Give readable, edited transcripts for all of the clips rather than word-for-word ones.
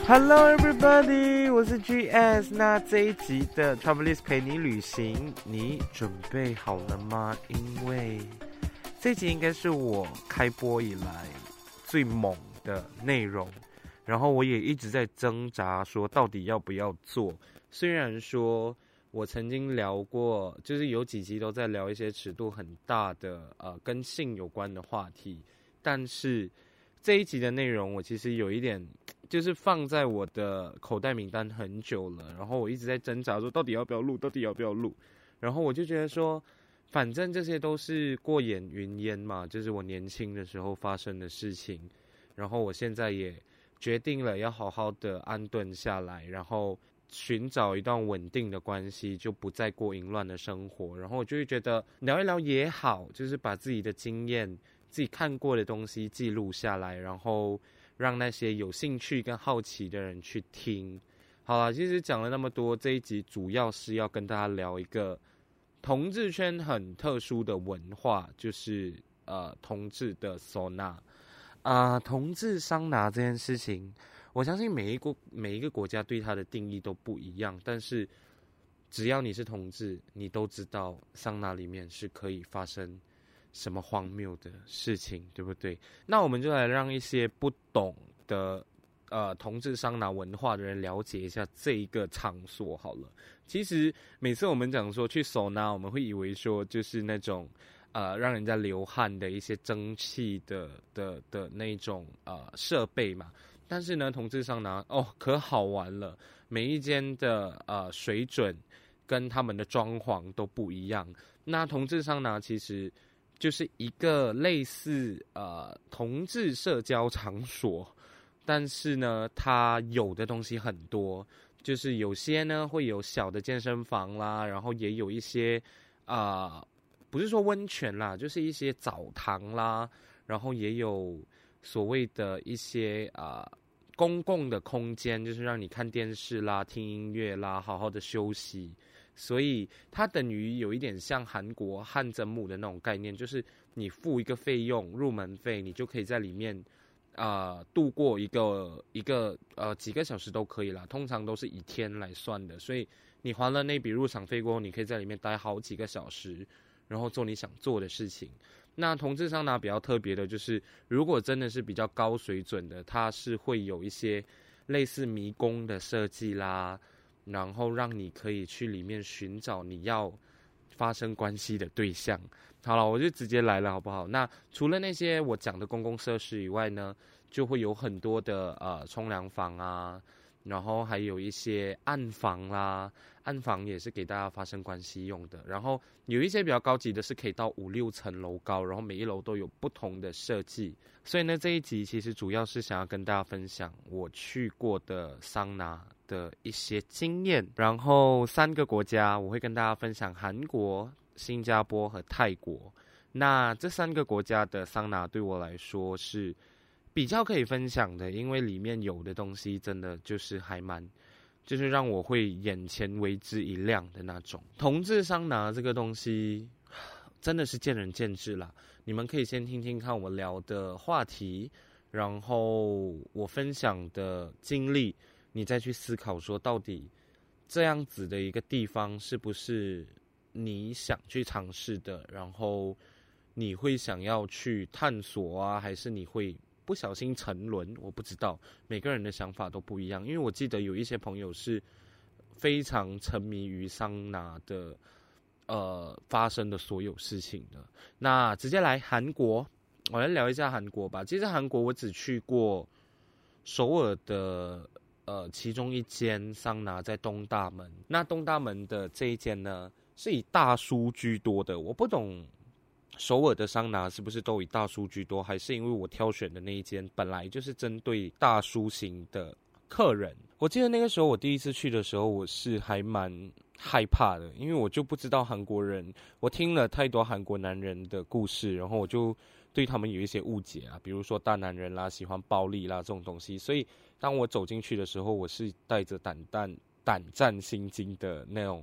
Hello everybody， 我是 GS。那这一集的 Travelist 陪你旅行，你准备好了吗？因为这一集应该是我开播以来最猛的内容，然后我也一直在挣扎说到底要不要做。虽然说我曾经聊过，就是有几集都在聊一些尺度很大的跟性有关的话题，但是这一集的内容我其实有一点就是放在我的口袋名单很久了，然后我一直在挣扎说到底要不要录，然后我就觉得说反正这些都是过眼云烟嘛，就是我年轻的时候发生的事情，然后我现在也决定了要好好的安顿下来，然后寻找一段稳定的关系，就不再过淫乱的生活。然后我就会觉得聊一聊也好，就是把自己的经验、自己看过的东西记录下来，然后让那些有兴趣跟好奇的人去听。好啦，其实讲了那么多，这一集主要是要跟大家聊一个同志圈很特殊的文化，就是同志的桑拿。同志桑拿这件事情，我相信每一个国家对它的定义都不一样，但是只要你是同志，你都知道桑拿里面是可以发生什么荒谬的事情，对不对？那我们就来让一些不懂的同志桑拿文化的人了解一下这一个场所好了。其实每次我们讲说去桑拿，我们会以为说就是那种让人家流汗的一些蒸汽的那种设备嘛。但是呢，同志桑拿可好玩了，每一间的水准跟他们的装潢都不一样。那同志桑拿其实就是一个类似同志社交场所，但是呢，它有的东西很多，就是有些呢会有小的健身房啦，然后也有一些不是说温泉啦，就是一些澡堂啦，然后也有所谓的一些公共的空间，就是让你看电视啦、听音乐啦、好好的休息。所以它等于有一点像韩国汗蒸幕的那种概念，就是你付一个费用入门费，你就可以在里面度过一个几个小时都可以啦，通常都是以天来算的，所以你还了那笔入场费过后，你可以在里面待好几个小时，然后做你想做的事情。那同志桑拿比较特别的就是，如果真的是比较高水准的，它是会有一些类似迷宫的设计啦，然后让你可以去里面寻找你要发生关系的对象。好了，我就直接来了，好不好？那除了那些我讲的公共设施以外呢，就会有很多的冲凉房啊，然后还有一些暗房啦，暗房也是给大家发生关系用的。然后有一些比较高级的是可以到5-6层楼高，然后每一楼都有不同的设计。所以呢，这一集其实主要是想要跟大家分享我去过的桑拿的一些经验。然后3个国家我会跟大家分享韩国、新加坡和泰国。那这3个国家的桑拿对我来说是比较可以分享的，因为里面有的东西真的就是就是让我会眼前为之一亮的那种。同志桑拿这个东西真的是见仁见智啦，你们可以先听听看我聊的话题，然后我分享的经历，你再去思考说到底这样子的一个地方是不是你想去尝试的，然后你会想要去探索啊，还是你会不小心沉沦，我不知道，每个人的想法都不一样。因为我记得有一些朋友是非常沉迷于桑拿的发生的所有事情的。那直接来韩国，我来聊一下韩国吧。其实韩国我只去过首尔的其中一间桑拿在东大门。那东大门的这一间呢是以大叔居多的，我不懂首尔的桑拿是不是都以大叔居多，还是因为我挑选的那一间本来就是针对大叔型的客人。我记得那个时候我第一次去的时候，我是还蛮害怕的，因为我就不知道韩国人，我听了太多韩国男人的故事，然后我就对他们有一些误解啊，比如说大男人啦、喜欢暴力啦这种东西。所以当我走进去的时候，我是带着胆战心惊的那种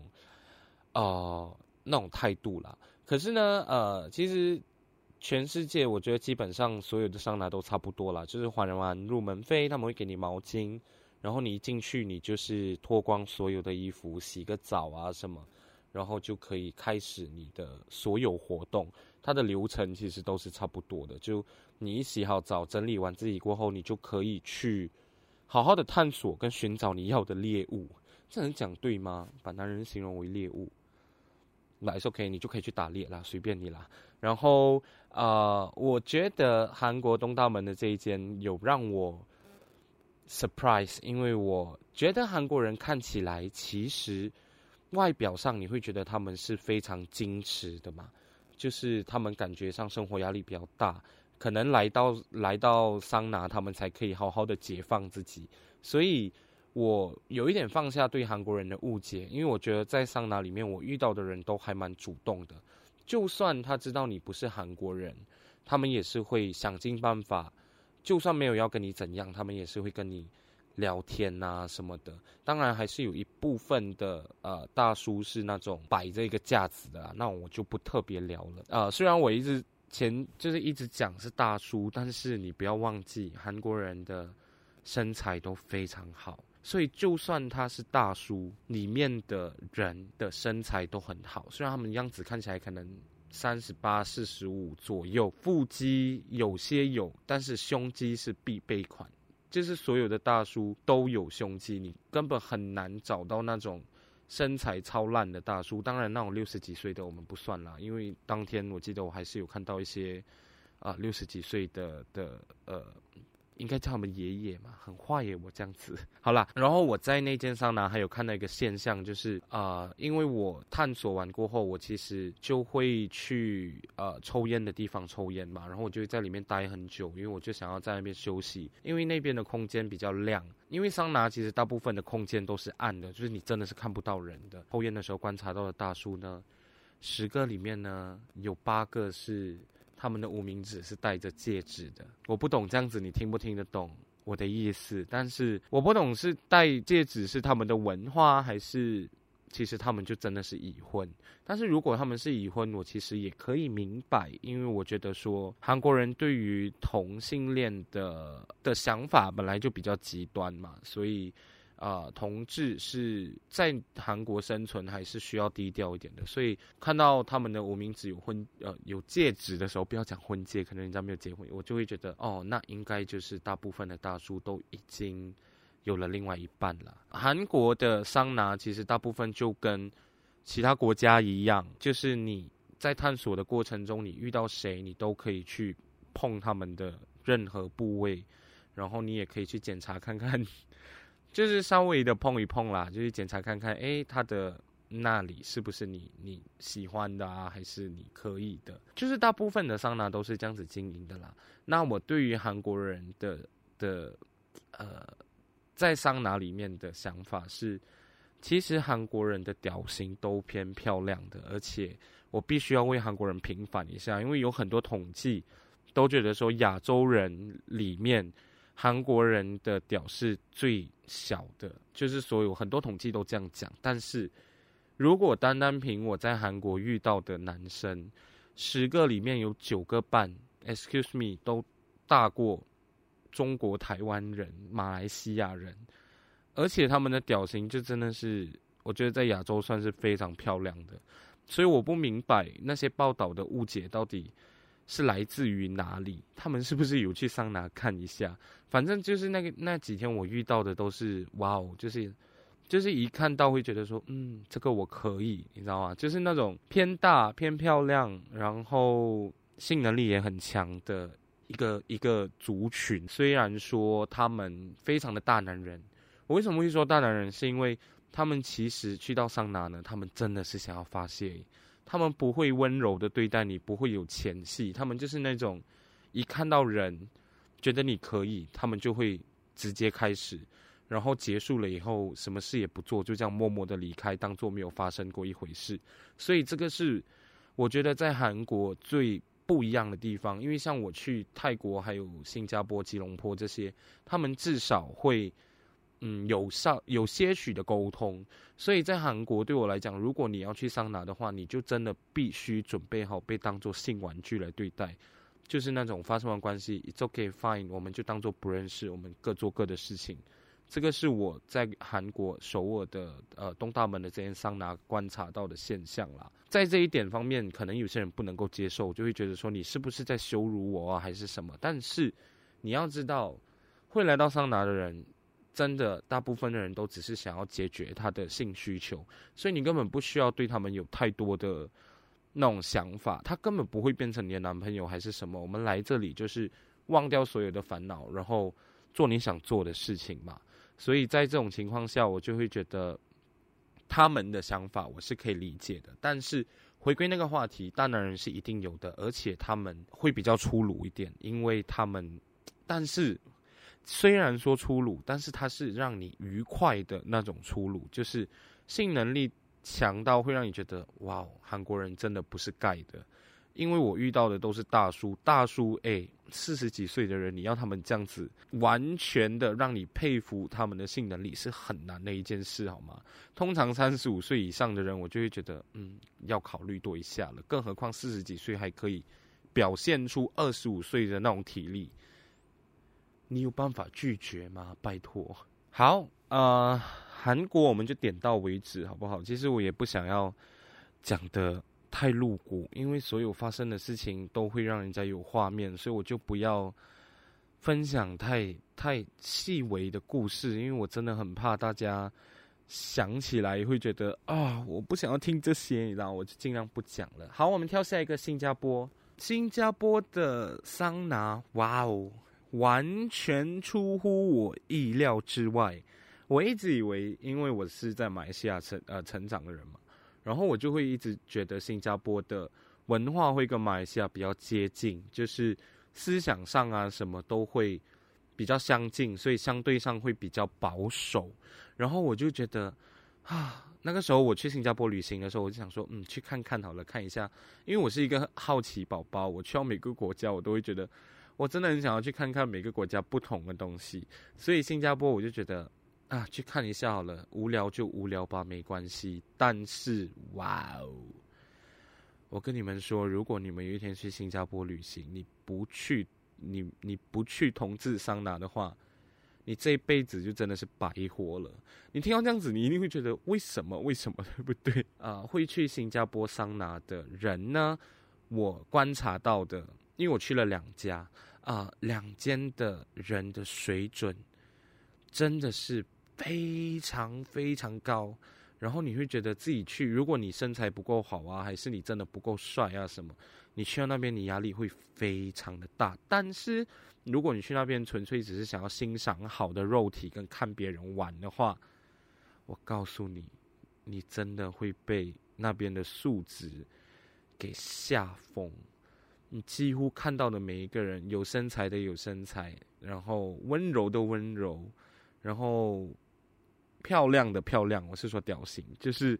态度啦。可是呢，其实全世界我觉得基本上所有的桑拿都差不多啦，就是还完入门费，他们会给你毛巾， 然后你一进去，你就是脱光所有的衣服，洗个澡啊什么，然后就可以开始你的所有活动。它的流程其实都是差不多的，就你一洗好澡，整理完自己过后，你就可以去好好的探索跟寻找你要的猎物。这能讲对吗？把男人形容为猎物，那是 OK， 你就可以去打猎啦，随便你啦。然后我觉得韩国东大门的这一间有让我 surprise， 因为我觉得韩国人看起来其实外表上你会觉得他们是非常矜持的嘛，就是他们感觉上生活压力比较大，可能来到桑拿，他们才可以好好的解放自己。所以我有一点放下对韩国人的误解，因为我觉得在桑拿里面我遇到的人都还蛮主动的，就算他知道你不是韩国人，他们也是会想尽办法，就算没有要跟你怎样，他们也是会跟你聊天啊什么的。当然还是有一部分的大叔是那种摆着一个架子的那我就不特别聊了。虽然我一直讲是大叔，但是你不要忘记韩国人的身材都非常好，所以就算他是大叔，里面的人的身材都很好，虽然他们样子看起来可能38、45左右，腹肌有些有，但是胸肌是必备款，就是所有的大叔都有胸肌，你根本很难找到那种身材超烂的大叔。当然那种60几岁的我们不算啦，因为当天我记得我还是有看到一些60几岁的应该叫他们爷爷嘛，很坏耶，我这样子。好啦，然后我在那间桑拿还有看到一个现象，就是因为我探索完过后，我其实就会去抽烟的地方抽烟嘛，然后我就会在里面待很久，因为我就想要在那边休息，因为那边的空间比较亮。因为桑拿其实大部分的空间都是暗的，就是你真的是看不到人的。抽烟的时候观察到的大叔呢，10个里面呢有8个是他们的无名指是戴着戒指的。我不懂这样子你听不听得懂我的意思，但是我不懂是戴戒指是他们的文化，还是其实他们就真的是已婚。但是如果他们是已婚，我其实也可以明白，因为我觉得说韩国人对于同性恋的想法本来就比较极端嘛，所以同志是在韩国生存还是需要低调一点的，所以看到他们的无名指有戒指的时候，不要讲婚戒，可能人家没有结婚，我就会觉得那应该就是大部分的大叔都已经有了另外一半了。韩国的桑拿其实大部分就跟其他国家一样，就是你在探索的过程中，你遇到谁，你都可以去碰他们的任何部位，然后你也可以去检查看看。就是稍微的碰一碰啦，就是检查看看，他的那里是不是你喜欢的啊，还是你可以的。就是大部分的桑拿都是这样子经营的啦。那我对于韩国人的在桑拿里面的想法是，其实韩国人的屌型都偏漂亮的，而且我必须要为韩国人平反一下，因为有很多统计都觉得说亚洲人里面韩国人的屌是最小的，就是所有很多统计都这样讲。但是如果单凭我在韩国遇到的男生，10个里面有9个半 ，excuse me， 都大过中国台湾人、马来西亚人，而且他们的屌型就真的是，我觉得在亚洲算是非常漂亮的。所以我不明白那些报道的误解到底是来自于哪里？他们是不是有去桑拿看一下？反正就是那几天我遇到的都是哇哦，就是一看到会觉得说，这个我可以，你知道吗？就是那种偏大、偏漂亮，然后性能力也很强的一个族群。虽然说他们非常的大男人，我为什么会说大男人？是因为他们其实去到桑拿呢，他们真的是想要发泄。他们不会温柔的对待你，不会有前戏，他们就是那种一看到人觉得你可以，他们就会直接开始，然后结束了以后什么事也不做，就这样默默的离开，当作没有发生过一回事。所以这个是我觉得在韩国最不一样的地方，因为像我去泰国还有新加坡、吉隆坡这些，他们至少会有些许的沟通。所以在韩国对我来讲，如果你要去桑拿的话，你就真的必须准备好被当作性玩具来对待，就是那种发生完关系 it's okay fine， 我们就当作不认识，我们各做各的事情， 这个是我在韩国首尔的东大门的这间桑拿观察到的现象啦。在这一点方面，可能有些人不能够接受，就会觉得说你是不是在羞辱我啊，还是什么？但是你要知道，会来到桑拿的人，真的大部分的人都只是想要解决他的性需求，所以你根本不需要对他们有太多的那种想法，他根本不会变成你的男朋友还是什么。我们来这里就是忘掉所有的烦恼，然后做你想做的事情嘛。所以在这种情况下，我就会觉得他们的想法我是可以理解的。但是回归那个话题，大男人是一定有的，而且他们会比较粗鲁一点，因为他们，但是虽然说粗鲁，但是它是让你愉快的那种粗鲁，就是性能力强到会让你觉得哇，韩国人真的不是盖的。因为我遇到的都是大叔，40几岁的人，你要他们这样子完全的让你佩服他们的性能力是很难的一件事，好吗？通常35岁以上的人，我就会觉得要考虑多一下了，更何况40几岁还可以表现出25岁的那种体力，你有办法拒绝吗？拜托。好，韩国我们就点到为止，好不好？其实我也不想要讲的太露骨，因为所有发生的事情都会让人家有画面，所以我就不要分享太细微的故事，因为我真的很怕大家想起来会觉得我不想要听这些，你知道，我就尽量不讲了。好，我们跳下一个新加坡。新加坡的桑拿，哇哦，完全出乎我意料之外。我一直以为，因为我是在马来西亚成长的人嘛，然后我就会一直觉得新加坡的文化会跟马来西亚比较接近，就是思想上啊什么都会比较相近，所以相对上会比较保守。然后我就觉得那个时候我去新加坡旅行的时候，我就想说去看看好了，看一下，因为我是一个好奇宝宝，我去到每个国家我都会觉得我真的很想要去看看每个国家不同的东西，所以新加坡我就觉得去看一下好了，无聊就无聊吧，没关系。但是哇哦，我跟你们说，如果你们有一天去新加坡旅行，你不去同志桑拿的话，你这一辈子就真的是白活了。你听到这样子，你一定会觉得为什么对不对？会去新加坡桑拿的人呢，我观察到的，因为我去了2家，2间的人的水准真的是非常非常高，然后你会觉得自己去，如果你身材不够好啊，还是你真的不够帅啊什么，你去到那边你压力会非常的大。但是如果你去那边纯粹只是想要欣赏好的肉体跟看别人玩的话，我告诉你，你真的会被那边的素质给吓疯。你几乎看到的每一个人，有身材的有身材，然后温柔的温柔，然后漂亮的漂亮，我是说屌型，就是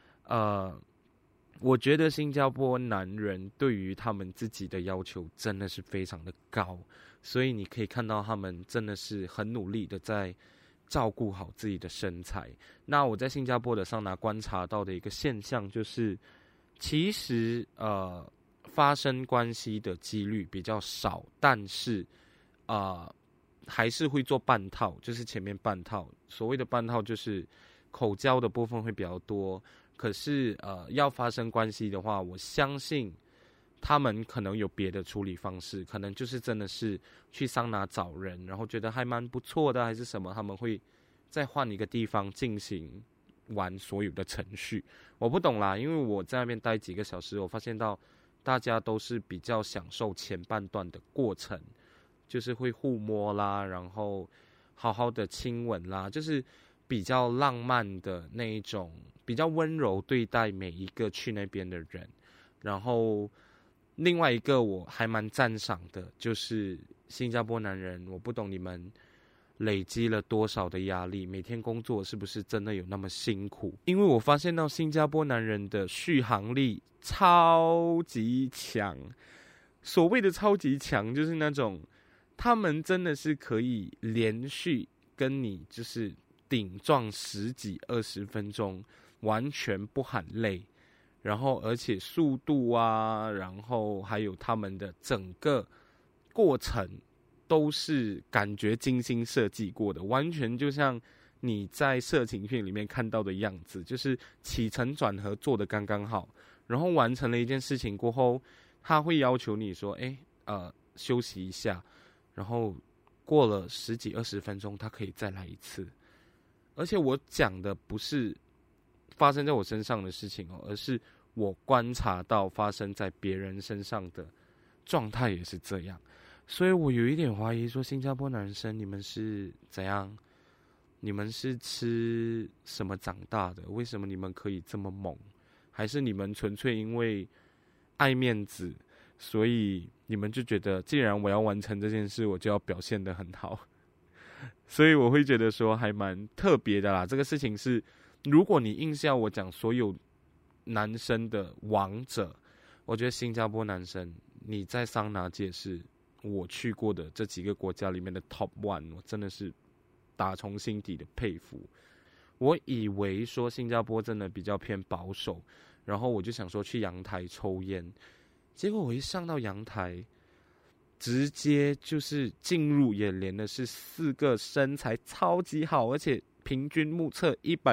我觉得新加坡男人对于他们自己的要求真的是非常的高，所以你可以看到他们真的是很努力的在照顾好自己的身材。那我在新加坡的桑拿观察到的一个现象就是，其实发生关系的几率比较少，但是还是会做半套，就是前面半套。所谓的半套就是口交的部分会比较多，可是要发生关系的话，我相信他们可能有别的处理方式，可能就是真的是去桑拿找人，然后觉得还蛮不错的，还是什么，他们会再换一个地方进行完所有的程序。我不懂啦，因为我在那边待几个小时，我发现到大家都是比较享受前半段的过程，就是会互摸啦，然后好好的亲吻啦，就是比较浪漫的那一种，比较温柔对待每一个去那边的人。然后另外一个我还蛮赞赏的，就是新加坡男人，我不懂你们累积了多少的压力，每天工作是不是真的有那么辛苦？因为我发现到新加坡男人的续航力超级强，所谓的超级强就是那种他们真的是可以连续跟你就是顶撞10几20分钟，完全不喊累，然后而且速度啊，然后还有他们的整个过程都是感觉精心设计过的，完全就像你在色情片里面看到的样子，就是起承转合做得刚刚好，然后完成了一件事情过后，他会要求你说，休息一下，然后过了10几20分钟，他可以再来一次。而且我讲的不是发生在我身上的事情而是我观察到发生在别人身上的状态也是这样。所以我有一点怀疑说，新加坡男生你们是怎样？你们是吃什么长大的？为什么你们可以这么猛？还是你们纯粹因为爱面子，所以你们就觉得既然我要完成这件事，我就要表现得很好？所以我会觉得说还蛮特别的啦。这个事情是，如果你硬是要我讲所有男生的王者，我觉得新加坡男生你在桑拿界是我去过的这几个国家里面的 top one， 我真的是打从心底的佩服。我以为说新加坡真的比较偏保守，然后我就想说去阳台抽烟，结果我一上到阳台，直接就是进入眼帘的是4个身材超级好，而且平均目测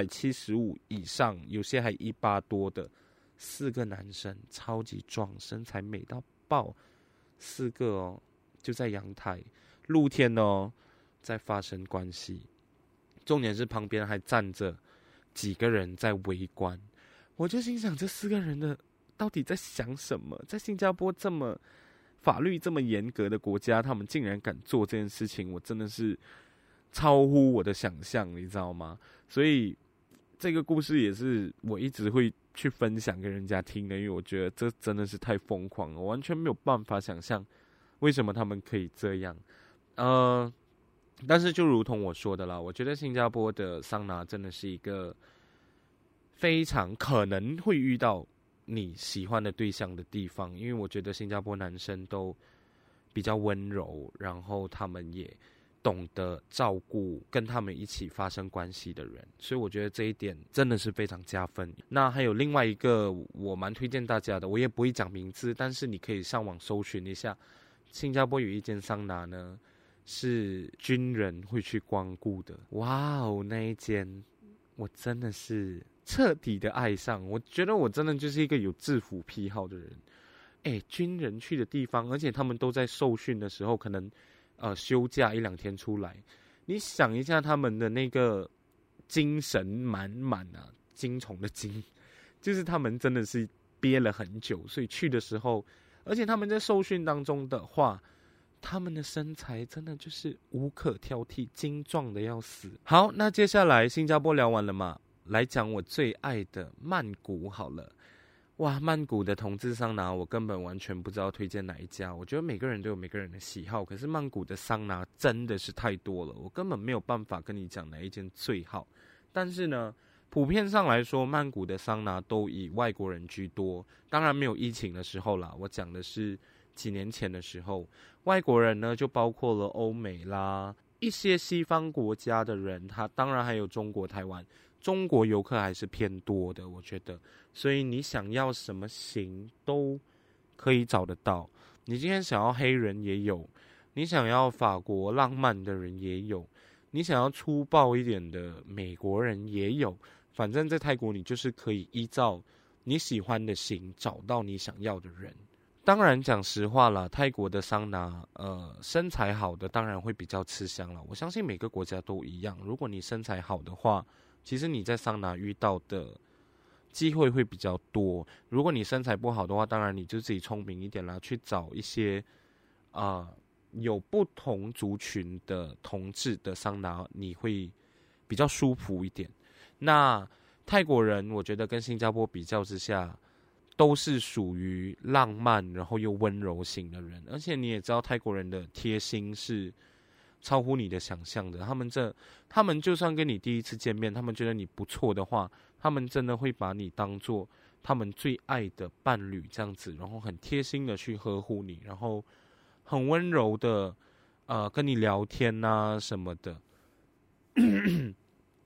175以上，有些还180多的4个男生，超级壮，身材美到爆，4个哦，就在阳台，露天哦，在发生关系。重点是旁边还站着几个人在围观，我就心想这4个人的到底在想什么？在新加坡这么法律这么严格的国家，他们竟然敢做这件事情，我真的是超乎我的想象，你知道吗？所以这个故事也是我一直会去分享给人家听的，因为我觉得这真的是太疯狂了，我完全没有办法想象为什么他们可以这样。但是就如同我说的啦，我觉得新加坡的桑拿真的是一个非常可能会遇到你喜欢的对象的地方，因为我觉得新加坡男生都比较温柔，然后他们也懂得照顾跟他们一起发生关系的人，所以我觉得这一点真的是非常加分。那还有另外一个我蛮推荐大家的，我也不会讲名字，但是你可以上网搜寻一下，新加坡有一间桑拿呢是军人会去光顾的。哇哦，那一间我真的是彻底的爱上，我觉得我真的就是一个有制服癖好的人。军人去的地方，而且他们都在受训的时候，可能休假1、2天出来，你想一下他们的那个精神满满啊，精虫的精，就是他们真的是憋了很久，所以去的时候，而且他们在受训当中的话，他们的身材真的就是无可挑剔，精壮的要死。好，那接下来新加坡聊完了嘛，来讲我最爱的曼谷好了。哇，曼谷的同志桑拿我根本完全不知道推荐哪一家，我觉得每个人都有每个人的喜好，可是曼谷的桑拿真的是太多了，我根本没有办法跟你讲哪一间最好。但是呢，普遍上来说，曼谷的桑拿都以外国人居多，当然没有疫情的时候啦，我讲的是几年前的时候，外国人呢就包括了欧美啦，一些西方国家的人，他当然还有中国台湾，中国游客还是偏多的，我觉得，所以你想要什么型都可以找得到。你今天想要黑人也有，你想要法国浪漫的人也有，你想要粗暴一点的美国人也有，反正在泰国你就是可以依照你喜欢的型找到你想要的人。当然讲实话啦，泰国的桑拿身材好的当然会比较吃香了，我相信每个国家都一样，如果你身材好的话，其实你在桑拿遇到的机会会比较多。如果你身材不好的话，当然你就自己聪明一点啦，去找一些有不同族群的同志的桑拿，你会比较舒服一点。那泰国人我觉得跟新加坡比较之下，都是属于浪漫然后又温柔型的人，而且你也知道泰国人的贴心是超乎你的想象的，他们就算跟你第一次见面，他们觉得你不错的话，他们真的会把你当做他们最爱的伴侣这样子，然后很贴心的去呵护你，然后很温柔的跟你聊天啊什么的。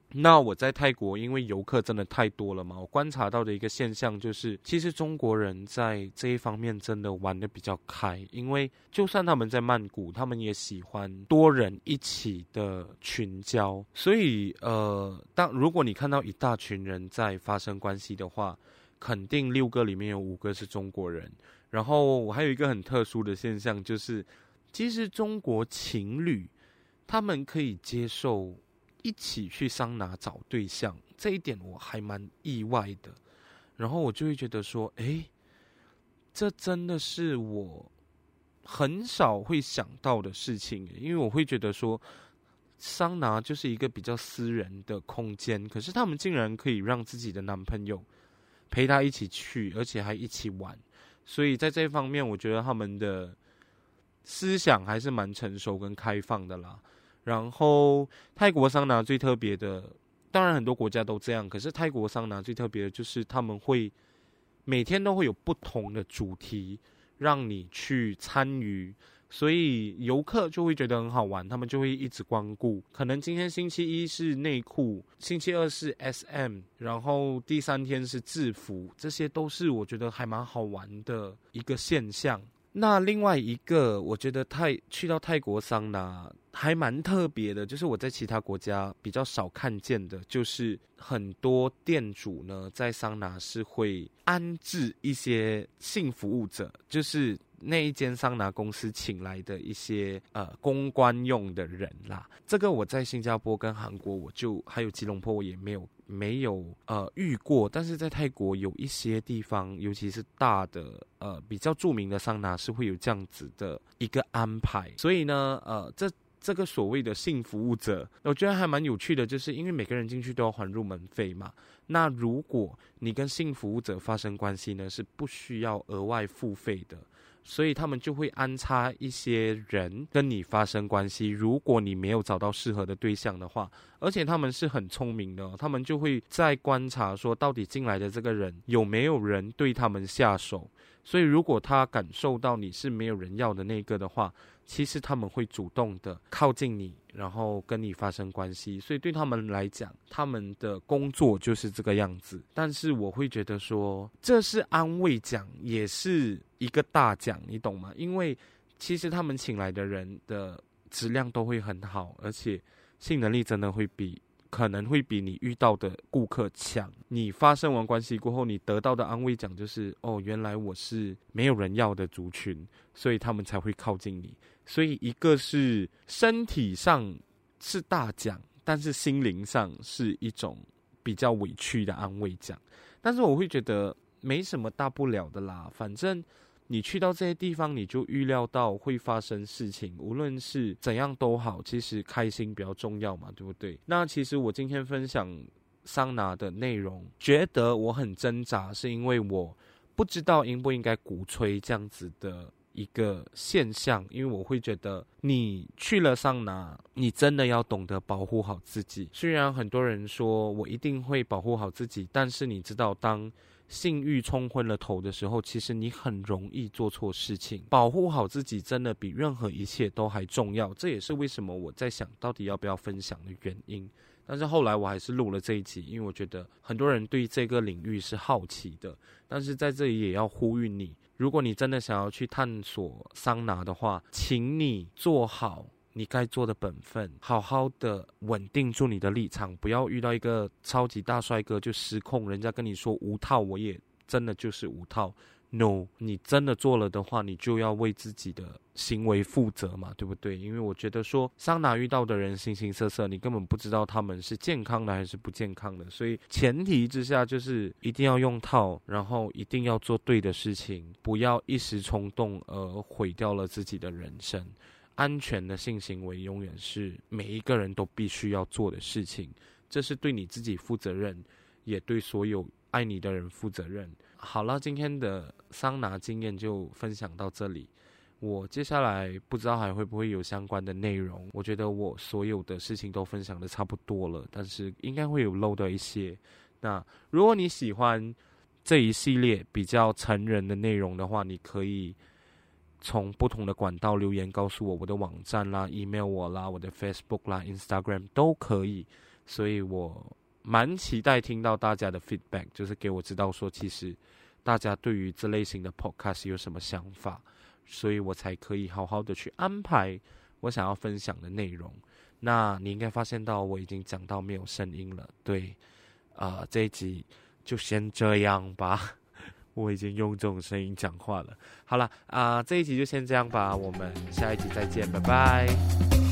那我在泰国，因为游客真的太多了嘛，我观察到的一个现象就是，其实中国人在这一方面真的玩得比较开，因为就算他们在曼谷，他们也喜欢多人一起的群交，所以如果你看到一大群人在发生关系的话，肯定6个里面有5个是中国人。然后我还有一个很特殊的现象，就是其实中国情侣他们可以接受一起去桑拿找对象，这一点我还蛮意外的。然后我就会觉得说，这真的是我很少会想到的事情，因为我会觉得说，桑拿就是一个比较私人的空间，可是他们竟然可以让自己的男朋友陪他一起去，而且还一起玩。所以在这方面，我觉得他们的思想还是蛮成熟跟开放的啦。然后泰国桑拿最特别的，当然很多国家都这样，可是泰国桑拿最特别的就是他们会每天都会有不同的主题让你去参与，所以游客就会觉得很好玩，他们就会一直光顾。可能今天星期一是内裤，星期二是 SM， 然后第3天是制服，这些都是我觉得还蛮好玩的一个现象。那另外一个我觉得去到泰国桑拿还蛮特别的，就是我在其他国家比较少看见的，就是很多店主呢在桑拿是会安置一些性服务者，就是那一间桑拿公司请来的一些公关用的人啦。这个我在新加坡跟韩国还有吉隆坡我也没有遇过，但是在泰国有一些地方，尤其是大的比较著名的桑拿是会有这样子的一个安排。所以呢这个所谓的性服务者，我觉得还蛮有趣的，就是因为每个人进去都要还入门费嘛。那如果你跟性服务者发生关系呢，是不需要额外付费的。所以他们就会安插一些人跟你发生关系，如果你没有找到适合的对象的话，而且他们是很聪明的，他们就会在观察说到底进来的这个人有没有人对他们下手。所以如果他感受到你是没有人要的那个的话，其实他们会主动的靠近你，然后跟你发生关系。所以对他们来讲，他们的工作就是这个样子。但是我会觉得说，这是安慰奖，也是一个大奖，你懂吗？因为其实他们请来的人的质量都会很好，而且性能力真的可能会比你遇到的顾客强。你发生完关系过后，你得到的安慰奖就是原来我是没有人要的族群，所以他们才会靠近你。所以一个是身体上是大奖，但是心灵上是一种比较委屈的安慰奖。但是我会觉得没什么大不了的啦，反正你去到这些地方，你就预料到会发生事情，无论是怎样都好，其实开心比较重要嘛，对不对？那其实我今天分享桑拿的内容，觉得我很挣扎，是因为我不知道应不应该鼓吹这样子的一个现象，因为我会觉得你去了桑拿，你真的要懂得保护好自己。虽然很多人说我一定会保护好自己，但是你知道，当性欲冲昏了头的时候，其实你很容易做错事情。保护好自己真的比任何一切都还重要，这也是为什么我在想到底要不要分享的原因。但是后来我还是录了这一集，因为我觉得很多人对这个领域是好奇的。但是在这里也要呼吁你，如果你真的想要去探索桑拿的话，请你做好你该做的本分，好好的稳定住你的立场，不要遇到一个超级大帅哥就失控，人家跟你说无套，我也真的就是无套。No， 你真的做了的话，你就要为自己的行为负责嘛，对不对？因为我觉得说桑拿遇到的人形形色色，你根本不知道他们是健康的还是不健康的，所以前提之下就是一定要用套，然后一定要做对的事情，不要一时冲动而毁掉了自己的人生。安全的性行为永远是每一个人都必须要做的事情，这是对你自己负责任，也对所有爱你的人负责任。好了，今天的桑拿经验就分享到这里。我接下来不知道还会不会有相关的内容，我觉得我所有的事情都分享的差不多了，但是应该会有漏的一些。那如果你喜欢这一系列比较成人的内容的话，你可以从不同的管道留言告诉我，我的网站啦、email 我啦、我的 Facebook 啦、Instagram 都可以。 所以我蛮期待听到大家的 feedback， 就是给我知道说其实大家对于这类型的 podcast 有什么想法，所以我才可以好好的去安排我想要分享的内容。那你应该发现到我已经讲到没有声音了，对，这一集就先这样吧，我已经用这种声音讲话了。好了，这一集就先这样吧，我们下一集再见，拜拜。